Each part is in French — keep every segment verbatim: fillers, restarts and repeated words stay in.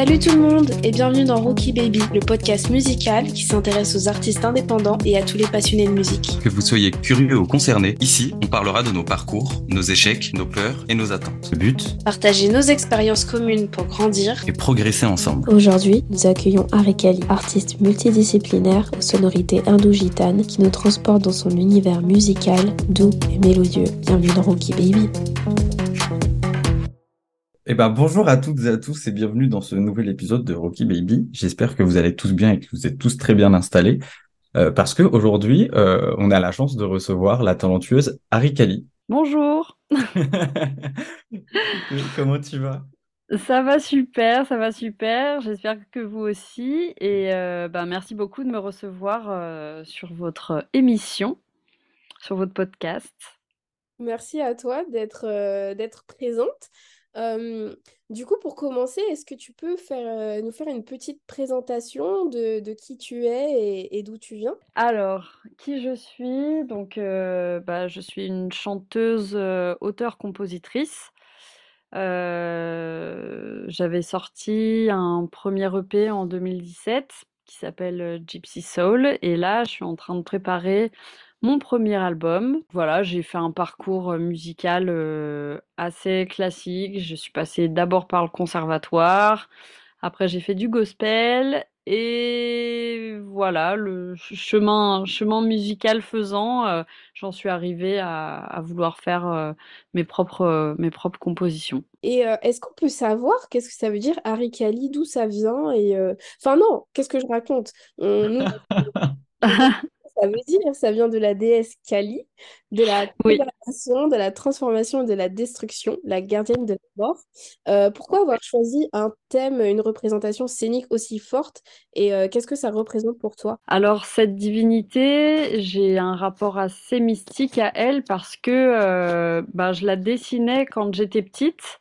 Salut tout le monde et bienvenue dans Rookie Baby, le podcast musical qui s'intéresse aux artistes indépendants et à tous les passionnés de musique. Que vous soyez curieux ou concerné, ici, on parlera de nos parcours, nos échecs, nos peurs et nos attentes. Le but ? Partager nos expériences communes pour grandir Et progresser ensemble. Aujourd'hui, nous accueillons Harikali, artiste multidisciplinaire aux sonorités indo-gitanes qui nous transporte dans son univers musical, doux et mélodieux. Bienvenue dans Rookie Baby. Eh ben, bonjour à toutes et à tous et bienvenue dans ce nouvel épisode de Rookie Baby. J'espère que vous allez tous bien et que vous êtes tous très bien installés euh, parce que aujourd'hui, euh, on a la chance de recevoir la talentueuse Harikali. Bonjour. Comment tu vas ? Ça va super, ça va super. J'espère que vous aussi. Et euh, ben, merci beaucoup de me recevoir euh, sur votre émission, sur votre podcast. Merci à toi d'être euh, d'être présente. Euh, du coup, pour commencer, est-ce que tu peux faire, euh, nous faire une petite présentation de, de qui tu es et, et d'où tu viens? Alors, qui je suis? Donc, euh, bah, je suis une chanteuse, euh, auteure-compositrice. Euh, j'avais sorti un premier E P en deux mille dix-sept qui s'appelle euh, Gypsy Soul. Et là, je suis en train de préparer mon premier album. Voilà, j'ai fait un parcours euh, musical euh, assez classique. Je suis passée d'abord par le conservatoire. Après, j'ai fait du gospel. Et voilà, le ch- chemin, chemin musical faisant, euh, j'en suis arrivée à, à vouloir faire euh, mes propres, euh, mes propres compositions. Et euh, est-ce qu'on peut savoir qu'est-ce que ça veut dire Harikali, d'où ça vient et euh, enfin non, qu'est-ce que je raconte? On, nous, on sait ce que ça veut dire, ça vient de la déesse Kali, de la Oui. préparation, de la transformation et de la destruction, la gardienne de la mort. Euh, pourquoi avoir choisi un thème, une représentation scénique aussi forte et euh, qu'est-ce que ça représente pour toi? Alors, cette divinité, j'ai un rapport assez mystique à elle parce que euh, bah, je la dessinais quand j'étais petite,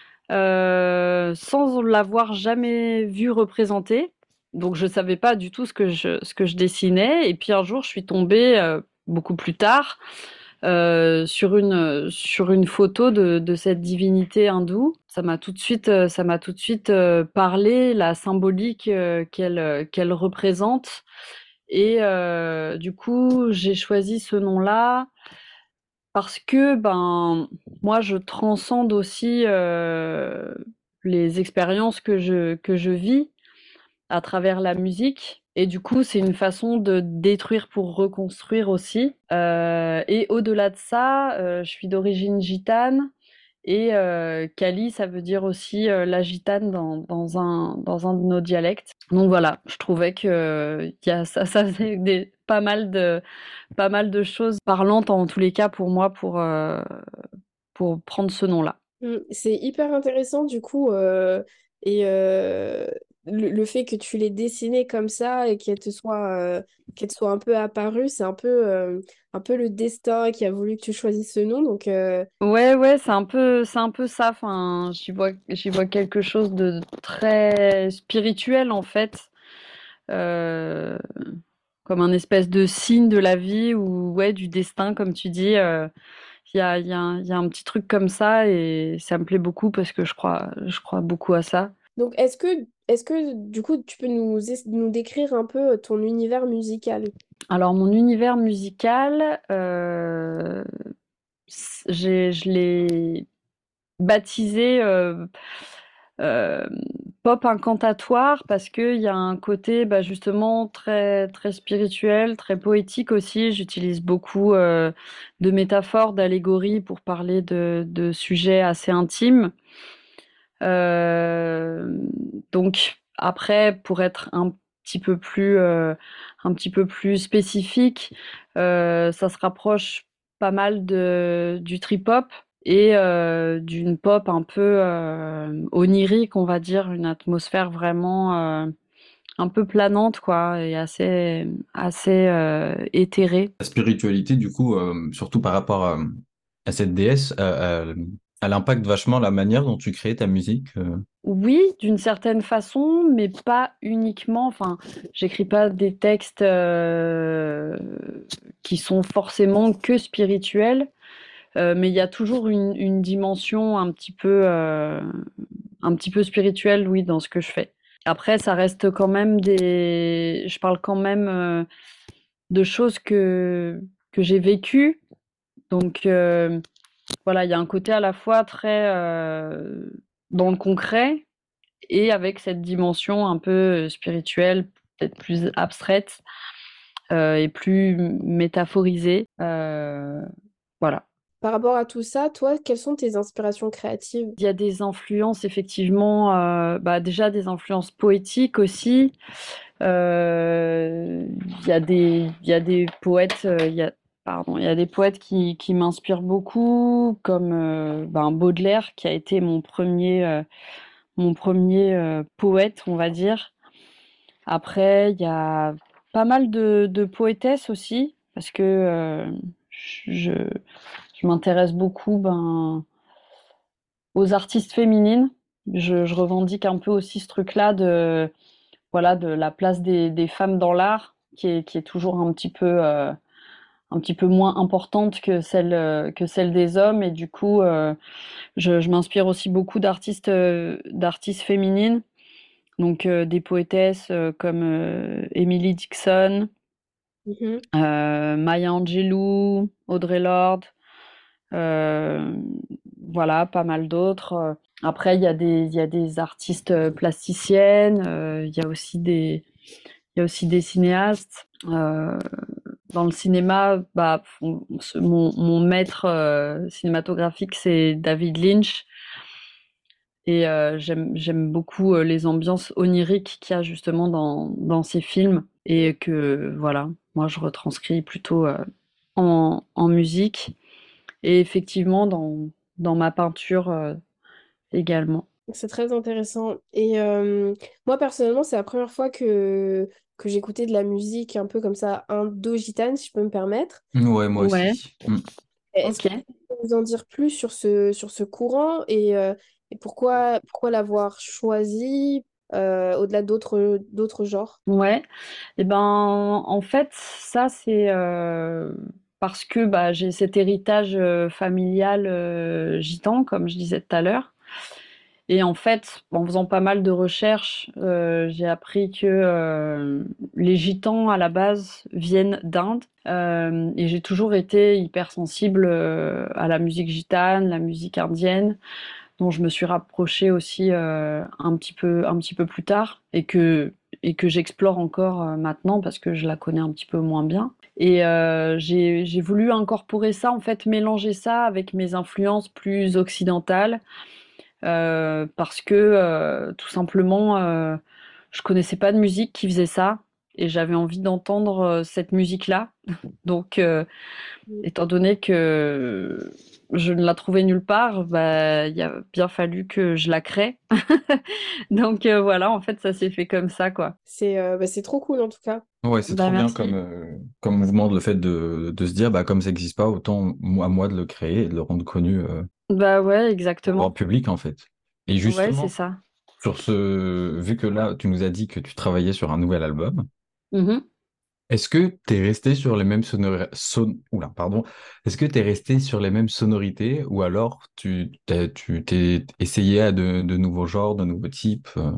euh, sans l'avoir jamais vue représentée. Donc, je savais pas du tout ce que je, ce que je dessinais. Et puis, un jour, je suis tombée, euh, beaucoup plus tard, euh, sur une, sur une photo de, de cette divinité hindoue. Ça m'a tout de suite, euh, ça m'a tout de suite euh, parlé, la symbolique euh, qu'elle, euh, qu'elle représente. Et euh, du coup, j'ai choisi ce nom-là parce que ben moi, je transcende aussi euh, les expériences que je, que je vis à travers la musique. Et du coup, c'est une façon de détruire pour reconstruire aussi. Euh, et au-delà de ça, euh, je suis d'origine gitane. Et euh, Kali, ça veut dire aussi euh, la gitane dans, dans, un, dans un de nos dialectes. Donc voilà, je trouvais que euh, y a, ça, ça faisait des, pas, mal de, pas mal de choses parlantes en tous les cas pour moi pour, euh, pour prendre ce nom-là. Mm, c'est hyper intéressant du coup euh, et euh, le, le fait que tu l'aies dessinée comme ça et qu'elle te soit euh, qu'elle te soit un peu apparue, c'est un peu euh, un peu le destin qui a voulu que tu choisisses ce nom donc euh, Ouais, ouais, c'est un peu, c'est un peu ça. Enfin, j'y vois, j'y vois quelque chose de très spirituel en fait. Euh, Comme un espèce de signe de la vie ou ouais, du destin, comme tu dis. euh, Il y a, il y a un, il y a un petit truc comme ça et ça me plaît beaucoup parce que je crois, je crois beaucoup à ça. donc est-ce que est-ce que du coup tu peux nous es- nous décrire un peu ton univers musical? Alors, mon univers musical, euh, c- j'ai, je l'ai baptisé euh, euh, pop incantatoire parce qu'il y a un côté bah, justement très, très spirituel, très poétique aussi. J'utilise beaucoup euh, de métaphores, d'allégories pour parler de, de sujets assez intimes. Euh, donc après, pour être un petit peu plus, euh, un petit peu plus spécifique, euh, ça se rapproche pas mal de, du trip-hop et euh, d'une pop un peu euh, onirique, on va dire, une atmosphère vraiment euh, un peu planante, quoi, et assez, assez euh, éthérée. La spiritualité, du coup, euh, surtout par rapport à, à cette déesse, euh, euh, elle impacte vachement la manière dont tu crées ta musique. euh. Oui, d'une certaine façon, mais pas uniquement. Enfin, j'écris pas des textes euh, qui sont forcément que spirituels. Euh, mais il y a toujours une, une dimension un petit peu, euh, un petit peu spirituelle, oui, dans ce que je fais. Après, ça reste quand même des... Je parle quand même euh, de choses que, que j'ai vécues. Donc, euh, voilà, il y a un côté à la fois très euh, dans le concret et avec cette dimension un peu spirituelle, peut-être plus abstraite euh, et plus métaphorisée. Euh, voilà. Par rapport à tout ça, toi, quelles sont tes inspirations créatives? Il y a des influences, effectivement, euh, bah, déjà des influences poétiques aussi. Euh, Il y a des, il y a des poètes, euh, il y a, pardon, il y a des poètes qui, qui m'inspirent beaucoup, comme euh, ben, Baudelaire, qui a été mon premier, euh, mon premier euh, poète, on va dire. Après, il y a pas mal de, de poétesses aussi, parce que euh, je, je m'intéresse beaucoup ben, aux artistes féminines. Je, je revendique un peu aussi ce truc-là de, voilà, de la place des, des femmes dans l'art, qui est, qui est toujours un petit peu, euh, un petit peu moins importante que celle, euh, que celle des hommes. Et du coup, euh, je, je m'inspire aussi beaucoup d'artistes, euh, d'artistes féminines. Donc euh, des poétesses euh, comme euh, Emily Dixon, Mhm. euh, Maya Angelou, Audre Lorde, euh, voilà, pas mal d'autres. Après, il y a des, il y a des artistes euh, plasticiennes, euh, il y a aussi des, il y a aussi des cinéastes. Euh, dans le cinéma, bah, on- on mon, mon maître euh, cinématographique, c'est David Lynch. Et euh, j'aime, j'aime beaucoup euh, les ambiances oniriques qu'il y a justement dans, dans ces films. Et que, voilà, moi, je retranscris plutôt euh, en, en musique. Et effectivement, dans, dans ma peinture euh, également. C'est très intéressant. Et euh, moi, personnellement, c'est la première fois que, que j'écoutais de la musique un peu comme ça, indo-gitane, si je peux me permettre. Ouais, moi Ouais, aussi. Mm. Est-ce que ok. tu peux nous en dire plus sur ce, sur ce courant et, euh, et pourquoi, pourquoi l'avoir choisi euh, au-delà d'autres, d'autres genres? Ouais. Et ben, en fait, ça, c'est euh, parce que bah, j'ai cet héritage euh, familial euh, gitan, comme je disais tout à l'heure. Et en fait, en faisant pas mal de recherches, euh, j'ai appris que euh, les gitans, à la base, viennent d'Inde. Euh, et j'ai toujours été hypersensible euh, à la musique gitane, la musique indienne, dont je me suis rapprochée aussi euh, un petit peu, un petit peu plus tard, et que, et que j'explore encore euh, maintenant parce que je la connais un petit peu moins bien. Et euh, j'ai, j'ai voulu incorporer ça, en fait, mélanger ça avec mes influences plus occidentales euh, parce que euh, tout simplement, euh, je connaissais pas de musique qui faisait ça et j'avais envie d'entendre euh, cette musique-là. Donc, euh, étant donné que je ne la trouvais nulle part, bah, il a bien fallu que je la crée. Donc euh, voilà, en fait, ça s'est fait comme ça, quoi. C'est euh, bah, c'est trop cool en tout cas. Ouais, c'est Bah trop bien comme, merci. euh, comme mouvement, le fait de, de se dire, bah, comme ça n'existe pas, autant moi, à moi de le créer et de le rendre connu euh, Bah ouais, au grand exactement. public, en fait. Et Ouais, c'est justement, ça. sur ce, vu que là, tu nous as dit que tu travaillais sur un nouvel album, Mhm. est-ce que tu es resté sur les mêmes sonori- son... Oula, pardon. Est-ce que tu es resté sur les mêmes sonorités ou alors tu t'es, tu t'es essayé à de, de nouveaux genres, de nouveaux types euh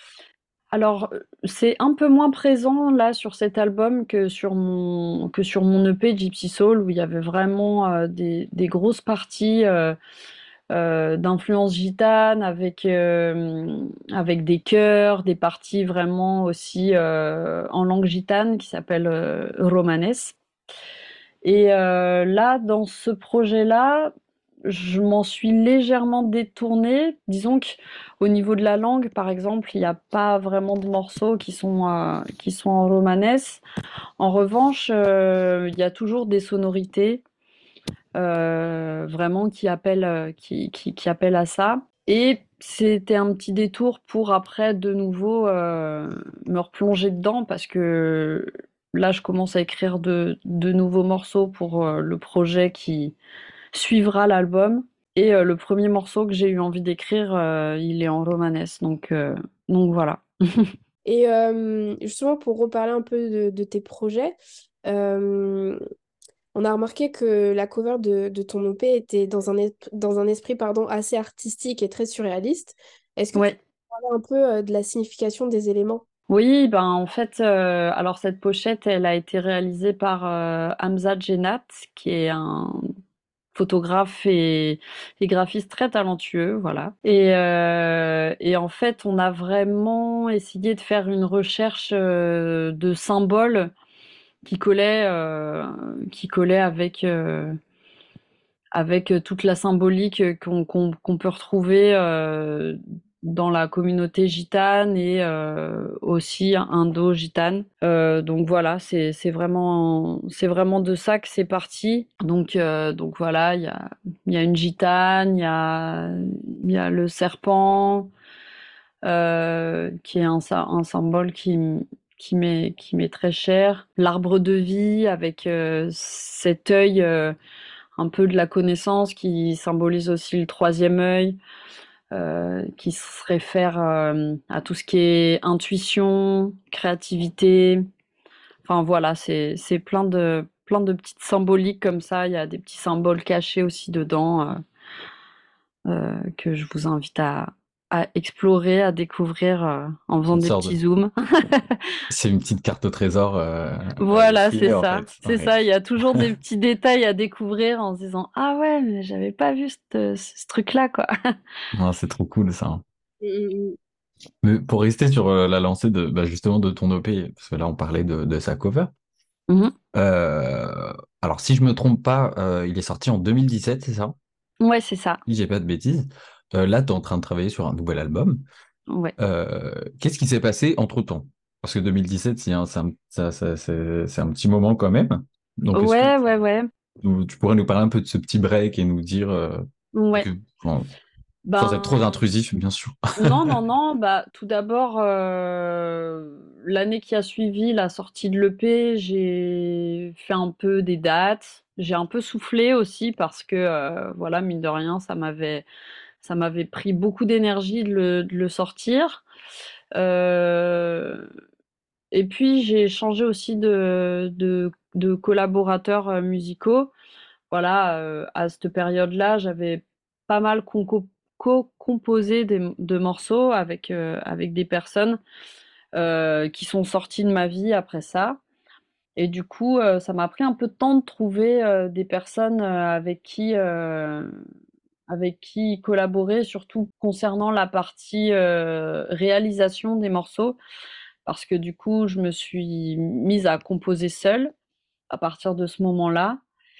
Alors, euh, c'est un peu moins présent là sur cet album que sur mon, que sur mon E P Gypsy Soul où il y avait vraiment euh, des, des grosses parties euh, euh, d'influence gitane avec, euh, avec des chœurs, des parties vraiment aussi euh, en langue gitane qui s'appelle euh, romanes. Et euh, là, dans ce projet-là, je m'en suis légèrement détournée. Disons qu'au niveau de la langue, par exemple, il n'y a pas vraiment de morceaux qui sont, euh, qui sont en romanesque. En revanche, euh, il y a toujours des sonorités euh, vraiment qui appellent, euh, qui, qui, qui appellent à ça. Et c'était un petit détour pour après de nouveau euh, me replonger dedans parce que là, je commence à écrire de, de nouveaux morceaux pour euh, le projet qui suivra l'album. Et euh, le premier morceau que j'ai eu envie d'écrire, euh, il est en romanesque. Donc, euh, donc voilà. Et euh, justement, pour reparler un peu de, de tes projets, euh, on a remarqué que la cover de, de ton E P était dans un, es- dans un esprit pardon, assez artistique et très surréaliste. Est-ce que tu peux Ouais. parler un peu euh, de la signification des éléments? Oui, ben en fait, euh, alors cette pochette, elle a été réalisée par euh, Hamza Jenat, qui est un photographe et, et graphiste très talentueux, voilà. Et, euh, et en fait, on a vraiment essayé de faire une recherche euh, de symboles qui collaient, euh, qui collaient avec euh, avec euh, toute la symbolique euh, qu'on qu'on qu'on peut retrouver euh, dans la communauté gitane et euh, aussi indo-gitane. Euh, donc voilà, c'est c'est vraiment c'est vraiment de ça que c'est parti. Donc euh, donc voilà, il y a il y a une gitane, il y a il y a le serpent euh, qui est un un symbole qui m- qui m'est qui m'est très cher. L'arbre de vie avec euh, cet œil euh, un peu de la connaissance qui symbolise aussi le troisième œil, euh, qui se réfère euh, à tout ce qui est intuition, créativité. Enfin voilà, c'est c'est plein de plein de petites symboliques comme ça. Il y a des petits symboles cachés aussi dedans euh, euh, que je vous invite à à explorer, à découvrir euh, en faisant Une des sorte petits de... zooms. C'est une petite carte au trésor euh, à aller Voilà, c'est fouiller, en ça, fait. c'est Ouais. ça. Il y a toujours des petits détails à découvrir en se disant, ah ouais, mais j'avais pas vu ce, ce truc-là, quoi. Non, c'est trop cool, ça, hein. Mm, mm, mm. Mais pour rester sur euh, la lancée de, bah, justement de ton O P, parce que là, on parlait de, de sa cover. Mhm. Euh, alors, si je me trompe pas, euh, il est sorti en deux mille dix-sept, c'est ça? Ouais, c'est ça. Si j'ai pas de bêtises. Euh, là, tu es en train de travailler sur un nouvel album. Ouais. Euh, qu'est-ce qui s'est passé entre-temps? Parce que deux mille dix-sept, c'est un, c'est un, ça- ça- c'est- c'est un petit moment quand même. Donc, est-ce que Ouais, tu, ouais, ouais. nous- tu pourrais nous parler un peu de ce petit break et nous dire, euh, Ouais. que, enfin, sans être trop Ben, intrusif, bien sûr. non, non, non. Bah, tout d'abord, euh, l'année qui a suivi la sortie de l'E P, j'ai fait un peu des dates. J'ai un peu soufflé aussi parce que, euh, voilà, mine de rien, ça m'avait, ça m'avait pris beaucoup d'énergie de le, de le sortir. Euh, et puis, j'ai changé aussi de, de, de collaborateurs euh, musicaux. Voilà, euh, à cette période-là, j'avais pas mal conco- co-composé des- de morceaux avec, euh, avec des personnes euh, qui sont sorties de ma vie après ça. Et du coup, euh, ça m'a pris un peu de temps de trouver euh, des personnes euh, avec qui, euh, avec qui collaborer, surtout concernant la partie euh, réalisation des morceaux, parce que du coup, je me suis mise à composer seule à partir de ce moment-là.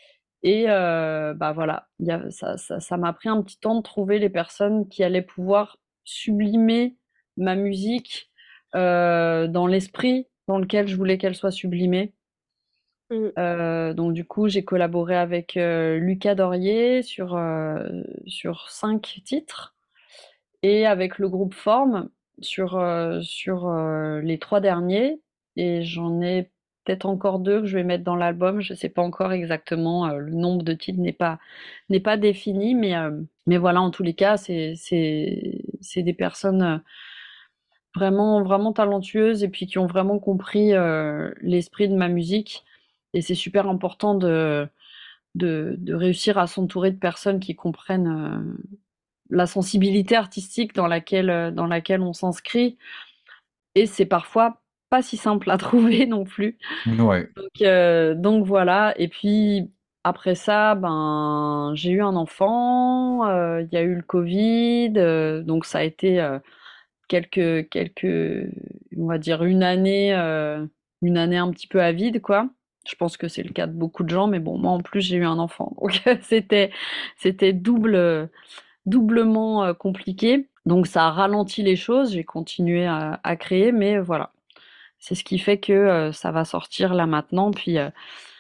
Et heu, bah, voilà, il y a ça ça ça m'a pris un petit temps de trouver les personnes qui allaient pouvoir sublimer ma musique, heu, dans l'esprit dans lequel je voulais qu'elle soit sublimée. Mm. Heu, donc du coup, j'ai collaboré avec, heu, Lucas Dorier sur, heu, sur cinq titres et avec le groupe Forme sur, heu, sur, heu, les trois derniers et j'en ai peut-être encore deux que je vais mettre dans l'album. Je sais pas encore exactement, heu, le nombre de titres n'est pas n'est pas défini, mais, hem, mais voilà, en tous les cas, c'est c'est c'est des personnes, heu, vraiment vraiment talentueuses et puis qui ont vraiment compris, heu, l'esprit de ma musique et c'est super important de de de réussir à s'entourer de personnes qui comprennent, heu, la sensibilité artistique dans laquelle, heu, dans laquelle on s'inscrit et c'est parfois pas si simple à trouver non plus. Ouais. Donc heu, donc voilà et puis après ça, ben, j'ai eu un enfant, heu, il y a eu le covid, heu, donc ça a été, heu, quelques quelques on va dire une année, heu, une année un petit peu à vide, quoi. Je pense que c'est le cas de beaucoup de gens, mais bon, moi en plus j'ai eu un enfant, donc c'était c'était double, heu, doublement, heu, compliqué. Donc ça a ralenti les choses, j'ai continué à à créer, mais voilà. C'est ce qui fait que, heu, ça va sortir là maintenant, puis, heu,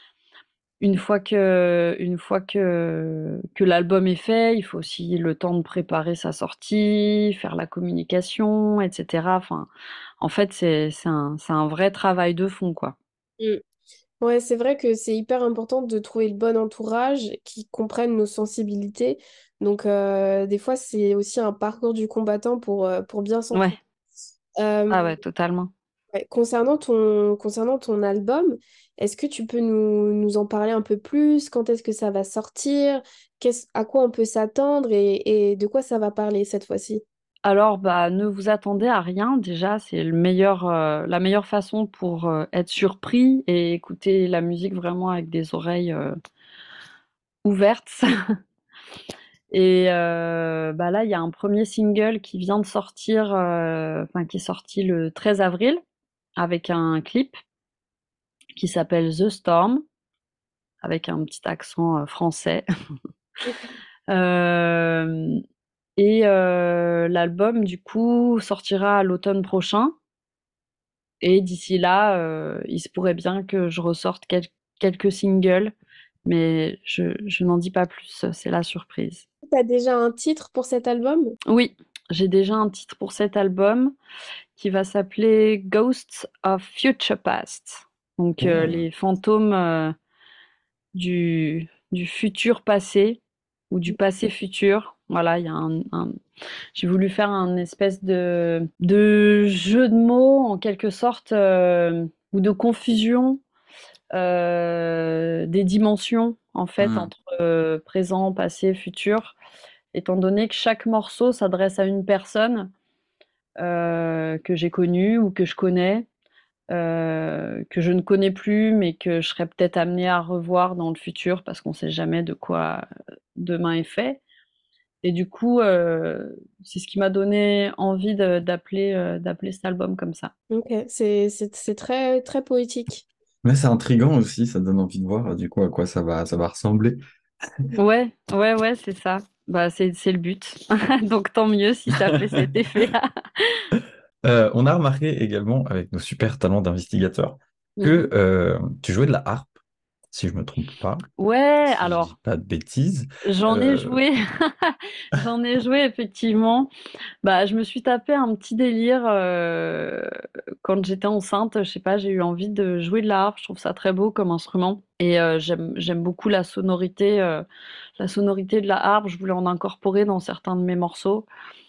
une fois que une fois que que l'album est fait, il faut aussi le temps de préparer sa sortie, faire la communication et cetera. Enfin, en fait, c'est c'est un c'est un vrai travail de fond, quoi. Mm. Ouais, c'est vrai que c'est hyper important de trouver le bon entourage qui comprenne nos sensibilités. Donc, euh, des fois, c'est aussi un parcours du combattant pour, euh, pour bien s'entourer. Ouais. Euh, Ah ouais, totalement. ouais, concernant ton, concernant ton album, Est-ce que tu peux nous, nous en parler un peu plus? Quand est-ce que ça va sortir? Qu'est-ce, à quoi on peut s'attendre et, et de quoi ça va parler cette fois-ci? Alors, bah, ne vous attendez à rien. Déjà, c'est le meilleur, euh, la meilleure façon pour euh, être surpris et écouter la musique vraiment avec des oreilles euh, ouvertes. Et euh, bah là, il y a un premier single qui vient de sortir, euh, enfin qui est sorti le treize avril, avec un clip qui s'appelle The Storm, avec un petit accent euh, français. Euh, et euh, l'album, du coup, sortira à l'automne prochain. Et d'ici là, euh, il se pourrait bien que je ressorte quel- quelques singles, mais je, je n'en dis pas plus, c'est la surprise. Tu as déjà un titre pour cet album? Oui, j'ai déjà un titre pour cet album qui va s'appeler Ghosts of Future Past. Donc euh, Oh. les fantômes euh, du, du futur passé ou du passé futur. Voilà, il y a un, un- j'ai voulu faire un espèce de, de jeu de mots en quelque sorte euh, ou de confusion euh, des dimensions en fait Hmm. entre euh, présent, passé, futur, étant donné que chaque morceau s'adresse à une personne euh, que j'ai connue ou que je connais, euh, que je ne connais plus, mais que je serais peut-être amenée à revoir dans le futur parce qu'on ne sait jamais de quoi demain est fait. Et du coup, euh, c'est ce qui m'a donné envie de- d'appeler euh, d'appeler cet album comme ça. Ok, c'est, c'est, c'est très, très poétique. Mais c'est intriguant aussi, ça donne envie de voir euh, du coup à quoi ça va, ça va ressembler. Ouais, ouais, ouais, c'est ça. Bah, c'est c'est le but. Donc tant mieux si ça fait cet effet-là. Euh, on a remarqué également avec nos super talents d'investigateurs que Mhm. euh, tu jouais de la harpe, si je me trompe pas, Ouais, si je dis alors pas de bêtises. j'en ai Euh, joué. J'en ai joué effectivement. Bah, je me suis tapé un petit délire euh, quand j'étais enceinte. Je sais pas, j'ai eu envie de jouer de la harpe. Je trouve ça très beau comme instrument et euh, j'aime j'aime beaucoup la sonorité, euh, la sonorité de la harpe. Je voulais en incorporer dans certains de mes morceaux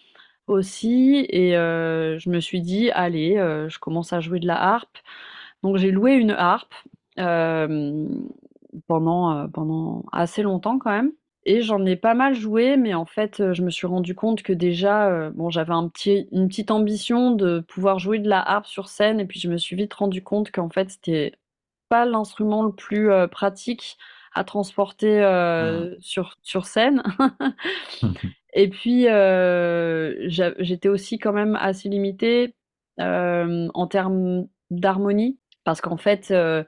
aussi et euh, je me suis dit allez, euh, je commence à jouer de la harpe. Donc j'ai loué une harpe euh, pendant euh, pendant assez longtemps quand même. Et j'en ai pas mal joué, mais en fait, euh, je me suis rendu compte que déjà, euh, bon, j'avais un petit, une petite ambition de pouvoir jouer de la harpe sur scène, et puis je me suis vite rendu compte qu'en fait, c'était pas l'instrument le plus euh, pratique à transporter hmm. euh, sur, sur scène. Et puis, euh, j'a- j'étais aussi quand même assez limitée euh, en termes d'harmonie, parce qu'en fait, euh,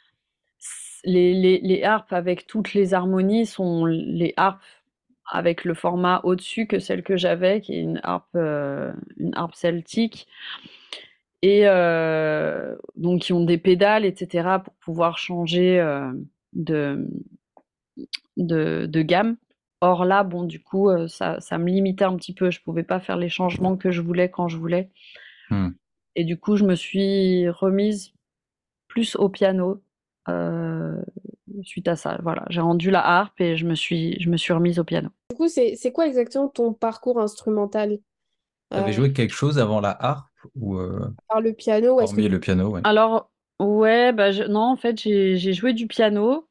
les, les, les harpes avec toutes les harmonies sont les harpes avec le format au-dessus que celle que j'avais, qui est une harpe, euh, une harpe celtique, et euh, donc qui ont des pédales, et cetera, pour pouvoir changer euh, de, de, de gamme. Or là, bon, du coup, euh, ça, ça me limitait un petit peu. Je pouvais pas faire les changements que je voulais quand je voulais. Hmm. Et du coup, je me suis remise plus au piano euh, suite à ça. Voilà, j'ai rendu la harpe et je me suis, je me suis remise au piano. Du coup, c'est, c'est quoi exactement ton parcours instrumental? T'avais Euh, joué quelque chose avant la harpe ou euh, par le piano, ou est-ce que hormis le piano, ouais. Alors, ouais, bah, je- non, en fait, j'ai j'ai joué du piano.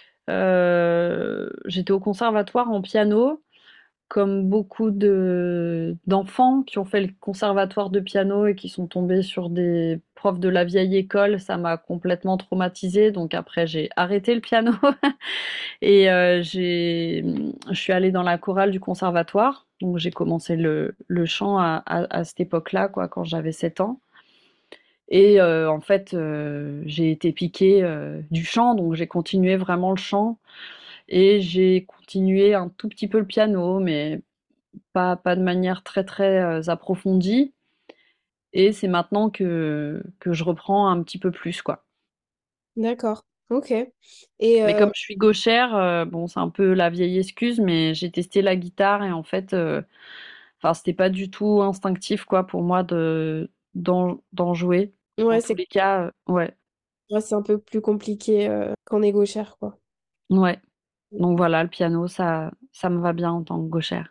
Euh, j'étais au conservatoire en piano, comme beaucoup de d'enfants qui ont fait le conservatoire de piano et qui sont tombés sur des profs de la vieille école. Ça m'a complètement traumatisée. Donc après, j'ai arrêté le piano et euh, j'ai, je suis allée dans la chorale du conservatoire. Donc j'ai commencé le, le chant à, à, à cette époque-là, quoi, quand j'avais sept ans. Et euh, en fait, euh, j'ai été piquée euh, du chant, donc j'ai continué vraiment le chant. Et j'ai continué un tout petit peu le piano, mais pas, pas de manière très très euh, approfondie. Et c'est maintenant que, que je reprends un petit peu plus, quoi. D'accord, ok. Et Mais euh, comme je suis gauchère, euh, bon, c'est un peu la vieille excuse, mais j'ai testé la guitare et en fait, euh, enfin, c'était pas du tout instinctif, quoi, pour moi de, d'en, d'en jouer. Dans ouais, tous c'est les cas, euh, ouais, ouais, c'est un peu plus compliqué euh, qu'en gauchère, quoi. ouais. Donc voilà, le piano, ça, ça me va bien en tant que gauchère.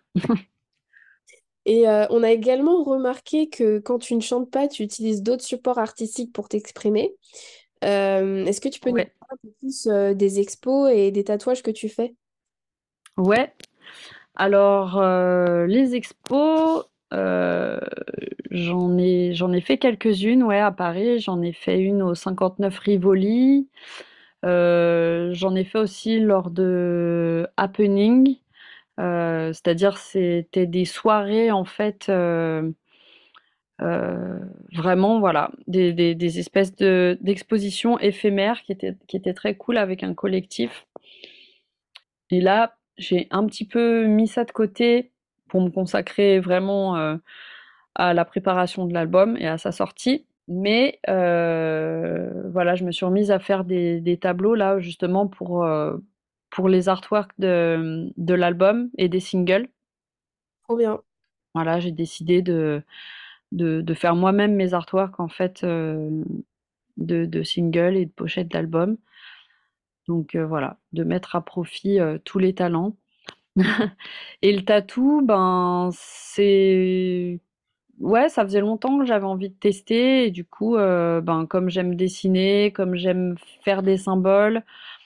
Et euh, on a également remarqué que quand tu ne chantes pas, tu utilises d'autres supports artistiques pour t'exprimer. Euh, est-ce que tu peux nous Ouais, parler un peu plus euh, des expos et des tatouages que tu fais? ouais. Alors, euh, les expos, euh, j'en ai, j'en ai fait quelques-unes, ouais, à Paris. J'en ai fait une au cinquante-neuf Rivoli. Euh, j'en ai fait aussi lors de Happening. Euh, c'est-à-dire, c'était des soirées, en fait, euh, euh, vraiment, voilà, des, des, des espèces de, d'expositions éphémères qui étaient, qui étaient très cool avec un collectif. Et là, j'ai un petit peu mis ça de côté pour me consacrer vraiment euh, à la préparation de l'album et à sa sortie. Mais euh, voilà, je me suis remise à faire des, des tableaux là justement pour, euh, pour les artworks de, de l'album et des singles. Trop bien. Voilà, j'ai décidé de, de, de faire moi-même mes artworks en fait euh, de, de singles et de pochettes d'albums. Donc euh, voilà, de mettre à profit euh, tous les talents. Et le tatou, ben, c'est ouais, ça faisait longtemps que j'avais envie de tester et du coup, heu, ben, comme j'aime dessiner, comme j'aime faire des symboles,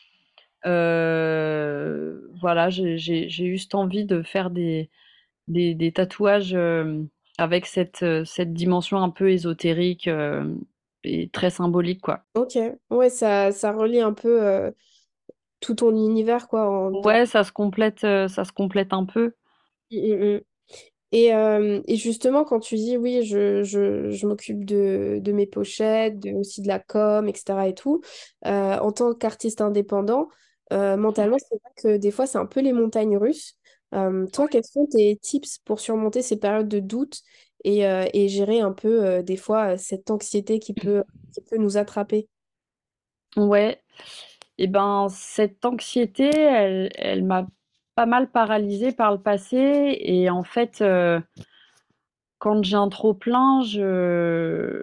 heu, voilà, j'ai j'ai j'ai eu cette envie de faire des des des tatouages, hem, avec cette, heu, cette dimension un peu ésotérique, hem, et très symbolique, quoi. Ok. Ouais, ça, ça relie un peu euh, tout ton univers, quoi, en termes. Ouais, ça se complète, heu, ça se complète un peu. Mm, mm, mm. Et, euh, et justement, quand tu dis oui, je, je, je m'occupe de, de mes pochettes, de, aussi de la com, et cetera et tout, euh, en tant qu'artiste indépendant, euh, mentalement, c'est vrai que des fois, c'est un peu les montagnes russes. Euh, toi, quels sont tes tips pour surmonter ces périodes de doute et, euh, et gérer un peu, euh, des fois, euh, cette anxiété qui peut, qui peut nous attraper? Ouais. Et ben, cette anxiété, elle, elle m'a pas mal paralysée par le passé. Et en fait, euh, quand j'ai un trop plein, je,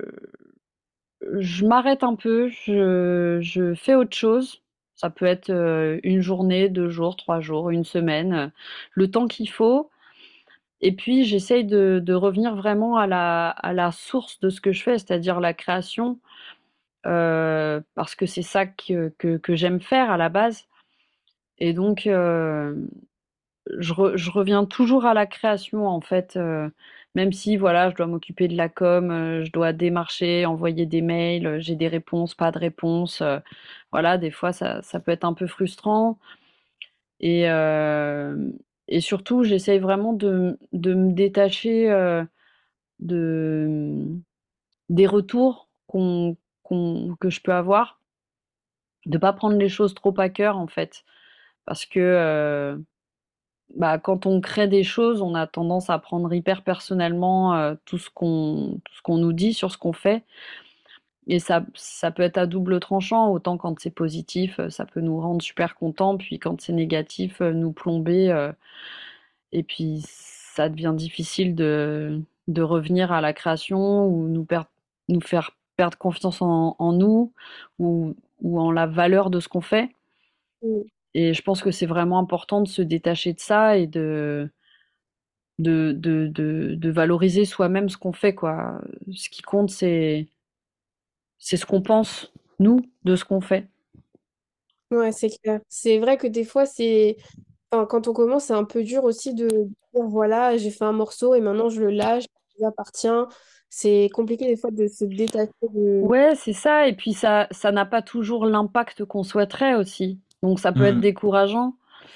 je m'arrête un peu, je, je fais autre chose. Ça peut être euh, une journée, deux jours, trois jours, une semaine, euh, le temps qu'il faut. Et puis, j'essaye de, de revenir vraiment à la, à la source de ce que je fais, c'est-à-dire la création, euh, parce que c'est ça que, que, que j'aime faire à la base. Et donc, euh, je, re- je reviens toujours à la création, en fait, euh, même si, voilà, je dois m'occuper de la com, euh, je dois démarcher, envoyer des mails, euh, j'ai des réponses, pas de réponses. Euh, voilà, des fois, ça, ça peut être un peu frustrant. Et, euh, et surtout, j'essaye vraiment de, de me détacher euh, de, des retours qu'on, qu'on, que je peux avoir, de pas prendre les choses trop à cœur, en fait. Parce que euh, bah, quand on crée des choses, on a tendance à prendre hyper personnellement euh, tout ce qu'on tout ce qu'on nous dit sur ce qu'on fait. Et ça, ça peut être à double tranchant, autant quand c'est positif, euh, ça peut nous rendre super contents, puis quand c'est négatif, euh, nous plomber. Euh, et puis ça devient difficile de, de revenir à la création ou nous, per- nous faire perdre confiance en, en nous ou, ou en la valeur de ce qu'on fait. Mm. Et je pense que c'est vraiment important de se détacher de ça et de de, de, de, de valoriser soi-même ce qu'on fait, quoi. Ce qui compte, c'est, c'est ce qu'on pense, nous, de ce qu'on fait. Ouais, c'est clair. C'est vrai que des fois, c'est... Enfin, quand on commence, c'est un peu dur aussi de dire, voilà, j'ai fait un morceau et maintenant je le lâche, il appartient. C'est compliqué des fois de se détacher de... Ouais, c'est ça. Et puis ça, ça n'a pas toujours l'impact qu'on souhaiterait aussi. Donc ça peut être Hmm. décourageant.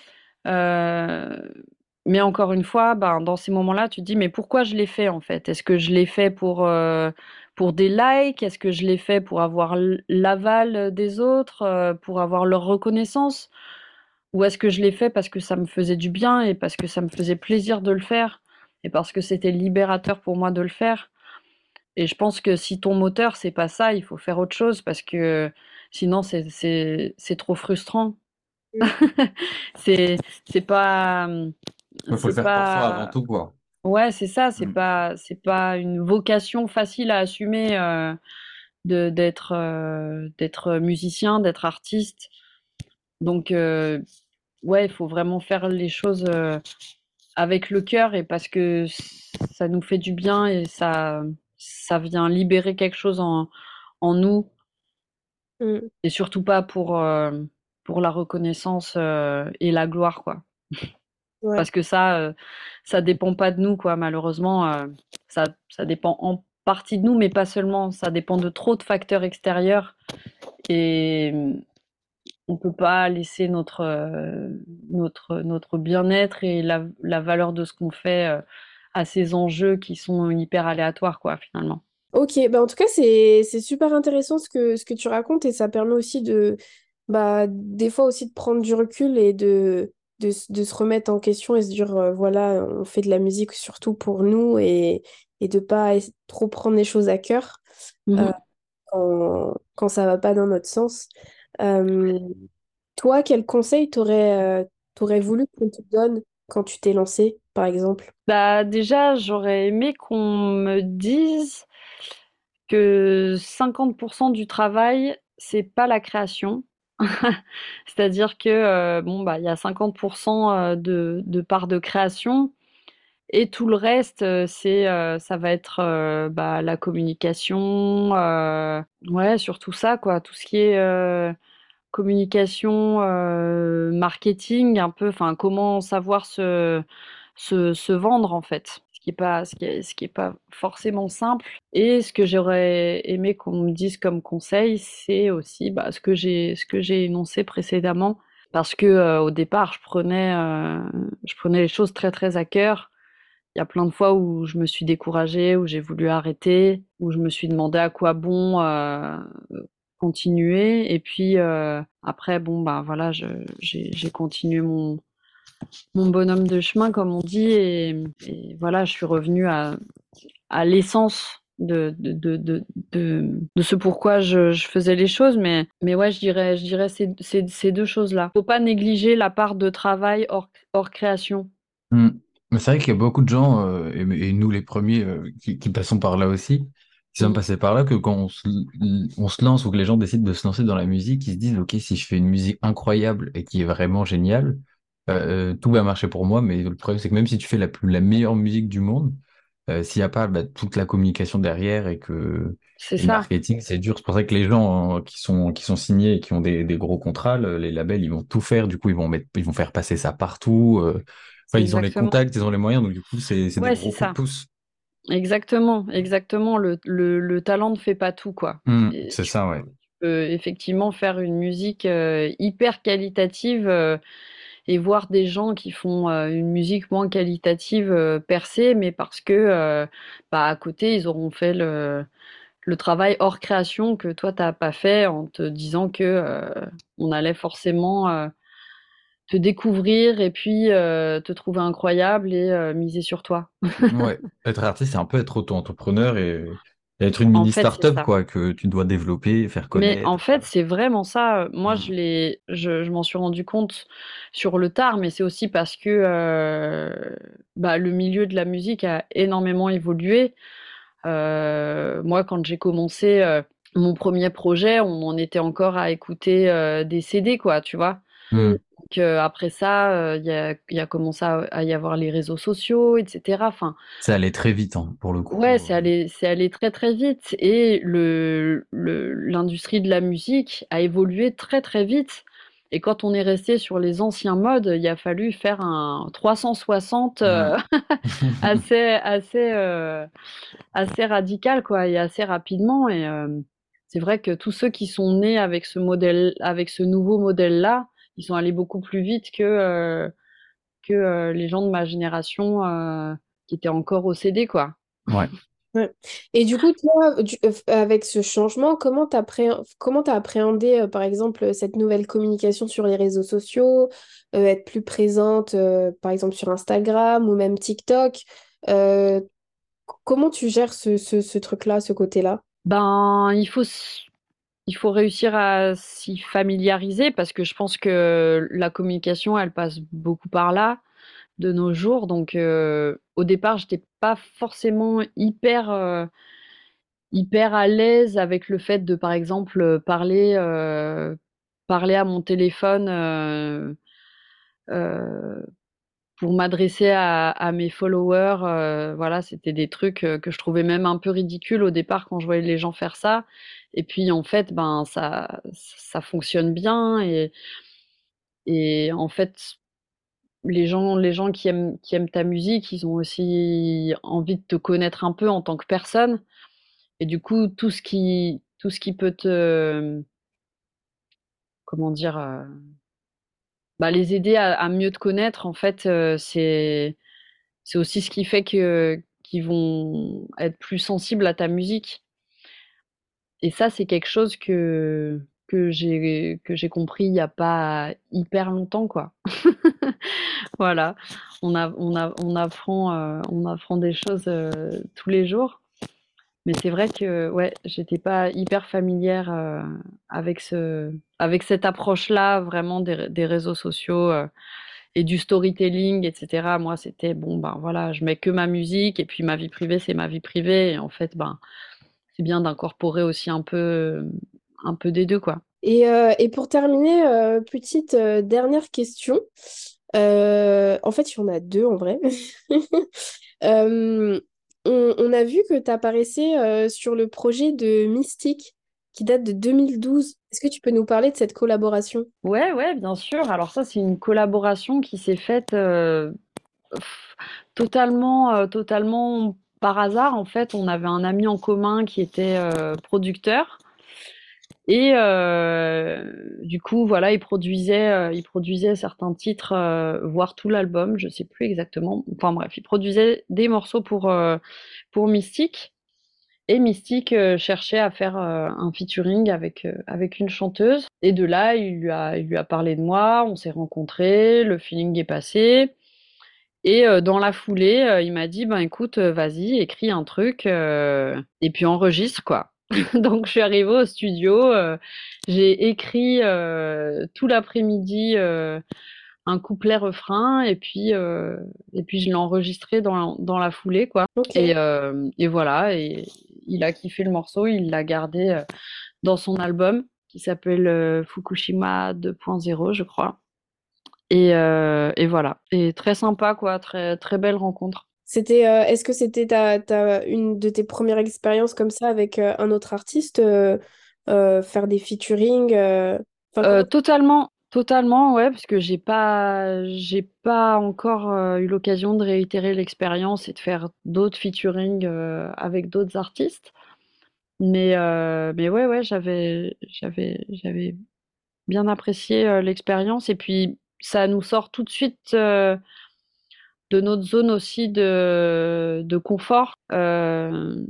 Euh, mais encore une fois, ben, dans ces moments-là, tu te dis, mais pourquoi je l'ai fait en fait? Est-ce que je l'ai fait pour, euh, pour des likes? Est-ce que je l'ai fait pour avoir l- l'aval des autres, euh, pour avoir leur reconnaissance? Ou est-ce que je l'ai fait parce que ça me faisait du bien et parce que ça me faisait plaisir de le faire et parce que c'était libérateur pour moi de le faire? Et je pense que si ton moteur, c'est pas ça, il faut faire autre chose parce que sinon c'est c'est c'est trop frustrant. C'est c'est pas Il faut le c'est faire pour soi avant pas tout, quoi. ouais, c'est ça, c'est Hmm. pas c'est pas une vocation facile à assumer euh, de d'être euh, d'être musicien, d'être artiste. Donc euh, ouais, il faut vraiment faire les choses euh, avec le cœur et parce que ça nous fait du bien et ça ça vient libérer quelque chose en en nous. Mm. Et surtout pas pour, euh, pour la reconnaissance euh, et la gloire, quoi. Ouais. Parce que ça, euh, ça dépend pas de nous, quoi. Malheureusement, euh, ça, ça dépend en partie de nous, mais pas seulement. Ça dépend de trop de facteurs extérieurs. Et on peut pas laisser notre, euh, notre, notre bien-être et la, la valeur de ce qu'on fait euh, à ces enjeux qui sont hyper aléatoires, quoi, finalement. Ok, bah en tout cas, c'est c'est super intéressant ce que, ce que tu racontes et ça permet aussi de, bah, des fois aussi de prendre du recul et de, de, s- de se remettre en question et se dire, euh, voilà, on fait de la musique surtout pour nous et, et de pas es- trop prendre les choses à cœur euh, Mhm. quand, quand ça va pas dans notre sens. Euh, Toi, quel conseil t'aurais, euh, t'aurais voulu qu'on te donne quand tu t'es lancé, par exemple? Bah, déjà, j'aurais aimé qu'on me dise que cinquante pour cent du travail, c'est pas la création. C'est-à-dire que, euh, bon, bah, il y a cinquante pour cent euh, de, de part de création et tout le reste, euh, c'est, euh, ça va être euh, bah, la communication, euh, ouais, surtout ça, quoi, tout ce qui est euh, communication, euh, marketing, un peu, enfin, comment savoir se, se, se vendre en fait, ce qui est pas, ce qui est, ce qui est pas forcément simple. Et ce que j'aurais aimé qu'on me dise comme conseil, c'est aussi bah, ce que j'ai, ce que j'ai énoncé précédemment, parce que euh, au départ, je prenais, euh, je prenais les choses très très à cœur. Il y a plein de fois où je me suis découragée, où j'ai voulu arrêter, où je me suis demandé à quoi bon euh, continuer. Et puis euh, après, bon, bah voilà, je- j'ai j'ai continué mon, mon bonhomme de chemin, comme on dit, et, et voilà, je suis revenue à, à l'essence de, de, de, de, de, de ce pourquoi je, je faisais les choses. Mais, mais ouais, je dirais, je dirais ces, ces, ces deux choses-là. Faut pas négliger la part de travail hors, hors création. Hmm. Mais c'est vrai qu'il y a beaucoup de gens, euh, et, et nous les premiers euh, qui, qui passons par là aussi, qui sommes Mm. passés par là, que quand on se, on se lance ou que les gens décident de se lancer dans la musique, ils se disent, OK, si je fais une musique incroyable et qui est vraiment géniale, euh, tout va marcher pour moi. Mais le problème, c'est que même si tu fais la plus, la meilleure musique du monde, euh, s'il n'y a pas bah, toute la communication derrière et que C'est et le ça. marketing, c'est dur. C'est pour ça que les gens hein, qui sont, qui sont signés et qui ont des, des gros contrats, le- les labels, ils vont tout faire. Du coup, ils vont mettre, ils vont faire passer ça partout. euh, Enfin, ils ont les Exactement. contacts, ils ont les moyens, donc du coup, c'est c'est des Ouais, c'est gros coups de ça. pouce. Exactement, exactement. Le, le, le talent ne fait pas tout, quoi. Hmm, Et c'est tu ça, ouais. peux effectivement faire une musique euh, hyper qualitative euh, et voir des gens qui font euh, une musique moins qualitative euh, percer, mais parce que euh, bah, à côté, ils auront fait le, le travail hors création que toi, t'as pas fait en te disant que euh, on allait forcément euh, te découvrir et puis euh, te trouver incroyable et euh, miser sur toi. Ouais. Être artiste, c'est un peu être auto-entrepreneur et, et être une En mini fait, c'est start-up, ça. quoi, que tu dois développer, faire Mais en connaître. fait, c'est vraiment ça. Moi, Hmm. je l'ai, je, je m'en suis rendu compte sur le tard, mais c'est aussi parce que euh, bah, le milieu de la musique a énormément évolué. Euh, moi, quand j'ai commencé euh, mon premier projet, on en était encore à écouter euh, des C D, quoi, tu vois. Mm. Hmm. Donc, euh, après ça, euh, il y a, il y a commencé à, à y avoir les réseaux sociaux, et cetera. Enfin, Ça allait très vite, hein, pour le ouais, coup. c'est allé, c'est allé très très vite et le, le, l'industrie de la musique a évolué très très vite. Et quand on est resté sur les anciens modes, il a fallu faire un trois cent soixante Hmm. euh, assez assez euh, assez radical quoi et assez rapidement. Et euh, c'est vrai que tous ceux qui sont nés avec ce modèle, avec ce nouveau modèle-là, ils sont allés beaucoup plus vite que euh, que euh, les gens de ma génération euh, qui étaient encore au C D quoi. Ouais. Ouais. Et du coup, toi, du- euh, avec ce changement, comment t'as comment t'as appréhendé, euh, par exemple, cette nouvelle communication sur les réseaux sociaux, euh, être plus présente, euh, par exemple, sur Instagram ou même TikTok? Euh, c- Comment tu gères ce, ce, ce truc-là, ce côté-là? Ben, il faut, s- il faut réussir à s'y familiariser parce que je pense que la communication, elle passe beaucoup par là de nos jours. Donc, euh, au départ, j'étais pas forcément hyper, euh, hyper à l'aise avec le fait de, par exemple, euh, parler, euh, parler à mon téléphone, euh, euh, pour m'adresser à, à mes followers, euh, voilà, c'était des trucs euh, que je trouvais même un peu ridicules au départ quand je voyais les gens faire ça. Et puis en fait, ben ça, ça fonctionne bien et, et en fait, les gens, les gens qui aiment, qui aiment ta musique, ils ont aussi envie de te connaître un peu en tant que personne. Et du coup, tout ce qui, tout ce qui peut te, comment dire, euh, bah, les aider à, à mieux te connaître, en fait, euh, c'est, c'est aussi ce qui fait que, qu'ils vont être plus sensibles à ta musique. Et ça, c'est quelque chose que, que j'ai, que j'ai compris il y a pas hyper longtemps, quoi. Voilà. On a, on a, on apprend, euh, on apprend des choses euh, tous les jours. Mais c'est vrai que ouais, j'étais pas hyper familière euh, avec ce, avec cette approche-là, vraiment des, des réseaux sociaux euh, et du storytelling, et cetera. Moi, c'était bon, ben voilà, je mets que ma musique et puis ma vie privée, c'est ma vie privée. Et en fait, ben c'est bien d'incorporer aussi un peu, un peu des deux, quoi. Et, euh, et pour terminer, euh, petite euh, dernière question. Euh, en fait, il y en a deux en vrai. Euh, on, on a vu que tu apparaissais sur le projet de Mystique qui date de deux mille douze. Est-ce que tu peux nous parler de cette collaboration? Ouais, ouais, bien sûr. Alors ça, c'est une collaboration qui s'est faite euh, pff, totalement, euh, totalement par hasard. En fait, on avait un ami en commun qui était euh, producteur. Et euh, du coup, voilà, il produisait, euh, il produisait certains titres, euh, voire tout l'album, je sais plus exactement. Enfin bref, il produisait des morceaux pour, euh, pour Mystique. Et Mystique euh, cherchait à faire euh, un featuring avec, euh, avec une chanteuse. Et de là, il lui a, il lui a parlé de moi, on s'est rencontrés, le feeling est passé. Et euh, dans la foulée, euh, il m'a dit, ben écoute, euh, vas-y, écris un truc euh, et puis enregistre, quoi. Donc je suis arrivée au studio, euh, j'ai écrit euh, tout l'après-midi euh, un couplet-refrain et puis euh, et puis je l'ai enregistré dans, dans la foulée, quoi. Ok. Et, euh, et voilà, et il a kiffé le morceau, il l'a gardé euh, dans son album qui s'appelle euh, Fukushima deux point zéro, je crois. Et, euh, et voilà. Et très sympa, quoi. Très, très belle rencontre. C'était, euh, est-ce que c'était ta, ta- une de tes premières expériences comme ça avec euh, un autre artiste, euh, euh, faire des featuring, euh, enfin, Euh, comment... totalement, totalement, ouais, parce que j'ai pas, j'ai pas encore euh, eu l'occasion de réitérer l'expérience et de faire d'autres featuring euh, avec d'autres artistes. Mais, euh, mais ouais, ouais, j'avais, j'avais, j'avais bien apprécié euh, l'expérience. Et puis, ça nous sort tout de suite euh, de notre zone aussi de, de confort. Euh,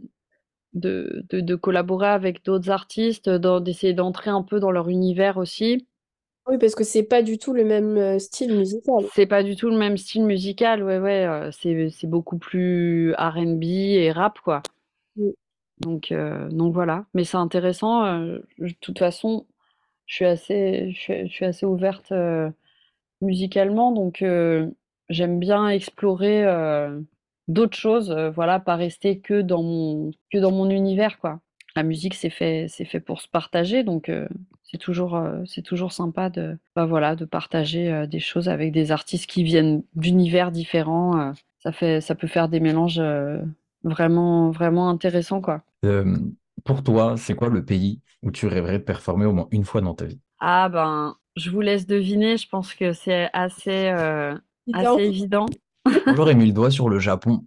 de, de, de collaborer avec d'autres artistes, dans- d'essayer d'entrer un peu dans leur univers aussi. Oui, parce que c'est pas du tout le même euh, style musical. C'est pas du tout le même style musical, ouais, ouais, euh, c'est, c'est beaucoup plus R and B et rap, quoi. Mm. Donc, euh, donc voilà. Mais c'est intéressant. euh, je- de toute façon, je suis assez, je suis, je suis assez ouverte euh, musicalement, donc euh, j'aime bien explorer euh, d'autres choses, euh, voilà, pas rester que dans mon, que dans mon univers, quoi. La musique, c'est fait, c'est fait pour se partager, donc euh, c'est toujours, euh, c'est toujours sympa de, bah voilà, de partager euh, des choses avec des artistes qui viennent d'univers différents. euh, ça fait, ça peut faire des mélanges euh, vraiment, vraiment intéressants, quoi. Euh, pour toi, c'est quoi le pays où tu rêverais de performer au moins une fois dans ta vie? Ah ben, je vous laisse deviner. Je pense que c'est assez, euh, assez Évident. évident. Moi, j'aurais mis le doigt sur le Japon.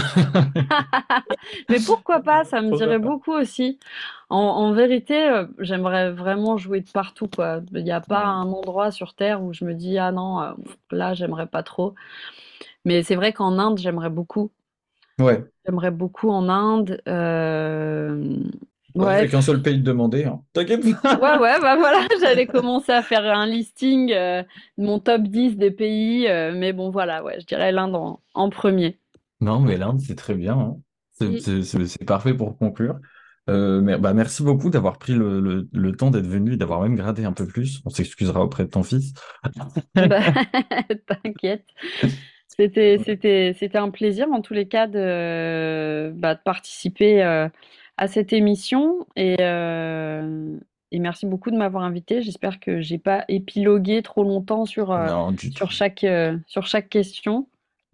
Mais pourquoi pas? Ça me Pourquoi dirait pas? beaucoup aussi. En, en vérité, euh, j'aimerais vraiment jouer de partout, quoi. Il n'y a pas Ouais. un endroit sur Terre où je me dis, ah non, euh, là, j'aimerais pas trop. Mais c'est vrai qu'en Inde, j'aimerais beaucoup. Ouais. J'aimerais beaucoup en Inde. euh, Bah, Ouais, j'ai qu'un seul pays de demander, hein. T'inquiète ouais, pas. ouais, bah voilà, j'allais commencer à faire un listing euh, de mon top dix des pays. euh, mais bon, voilà, ouais, je dirais l'Inde en, en premier. Non, mais l'Inde, c'est très bien, hein. C'est Mm. c'est- c'est- c'est parfait pour conclure. Euh, mais, bah, merci beaucoup d'avoir pris le, le- le temps d'être venu et d'avoir même gradé un peu plus. On s'excusera auprès de ton fils. Bah, t'inquiète. C'était, c'était, c'était un plaisir en tous les cas de, bah, de participer euh, à cette émission et, euh, et merci beaucoup de m'avoir invité. J'espère que j'ai pas épilogué trop longtemps sur, euh, Non, du tout. sur chaque, euh, sur chaque question.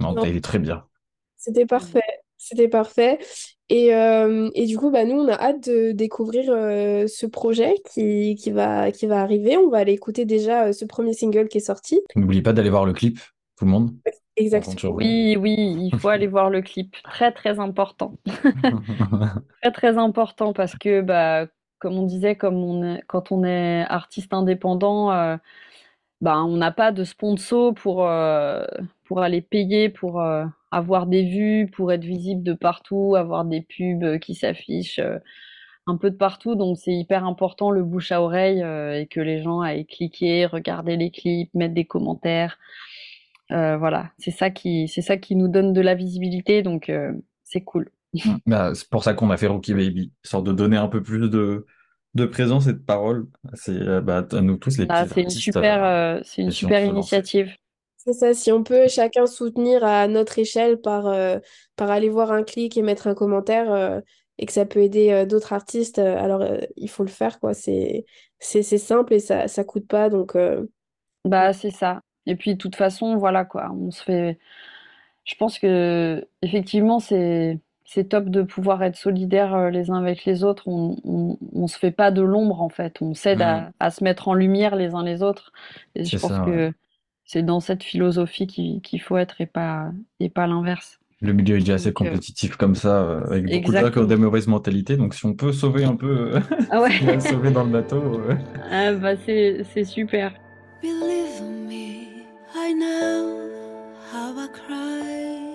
Non, Non, il est très bien. c'était parfait. C'était parfait. Et, euh, et du coup, bah, nous, on a hâte de découvrir euh, ce projet qui, qui va, qui va arriver. On va aller écouter déjà euh, ce premier single qui est sorti. N'oublie pas d'aller voir le clip, tout le monde. On compte sur Exactement. vous. Oui, oui, il faut aller voir le clip. Très, très important. Très, très important parce que, bah, comme on disait, comme on est, quand on est artiste indépendant, euh, bah, on n'a pas de sponsor pour, euh, pour aller payer, pour euh, avoir des vues, pour être visible de partout, avoir des pubs qui s'affichent euh, un peu de partout. Donc, c'est hyper important le bouche à oreille euh, et que les gens aillent cliquer, regarder les clips, mettre des commentaires. Euh, voilà, c'est ça qui, c'est ça qui nous donne de la visibilité. Donc, euh, c'est cool. Bah, c'est pour ça qu'on a fait Rookie Baby, histoire de donner un peu plus de, de présence et de parole. C'est euh, bah, à nous tous, les Ah, petits c'est une artistes, euh, super, euh, c'est une et si on super se lançait. initiative. C'est ça, si on peut chacun soutenir à notre échelle par, euh, par aller voir un clic et mettre un commentaire euh, et que ça peut aider euh, d'autres artistes, euh, alors euh, il faut le faire, quoi. C'est, c'est, c'est simple et ça, ça coûte pas. Donc, euh, Bah, c'est ça. Et puis, de toute façon, voilà quoi. On se fait. Je pense que effectivement, c'est c'est top de pouvoir être solidaires euh, les uns avec les autres. On, on, on se fait pas de l'ombre en fait. On s'aide Mm, à, à se mettre en lumière les uns les autres. Et je c'est pense ça, ouais. que c'est dans cette philosophie qu'il qu'il faut être et pas et pas l'inverse. Le milieu est déjà assez Donc, euh, compétitif comme ça, euh, avec beaucoup de gens qui ont exactement. des mauvaises mentalités. Donc, si on peut sauver un peu euh, Ah ce ouais. qu'il y a à sauver dans le bateau, euh, Ah bah c'est c'est super. Believe me, I know how I cried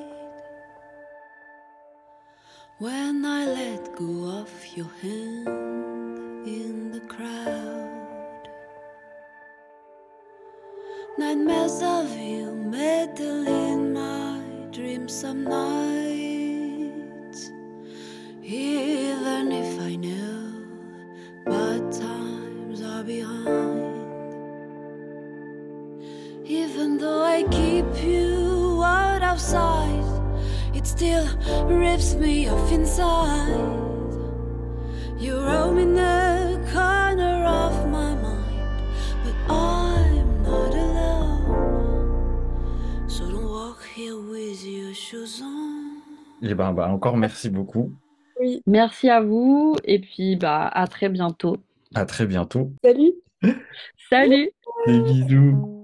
when I let go of your hand in the crowd. Nightmares of you meddle in my dreams some nights. Even if I know bad times are behind. Even though I keep you out of sight, it still rips me off inside. You roam in the corner of my mind, but I'm not alone. So don't walk here with your shoes on. et ben, bah, encore merci beaucoup. oui. Merci à vous et puis bah à très bientôt. À très bientôt. Salut! Salut! Des bisous.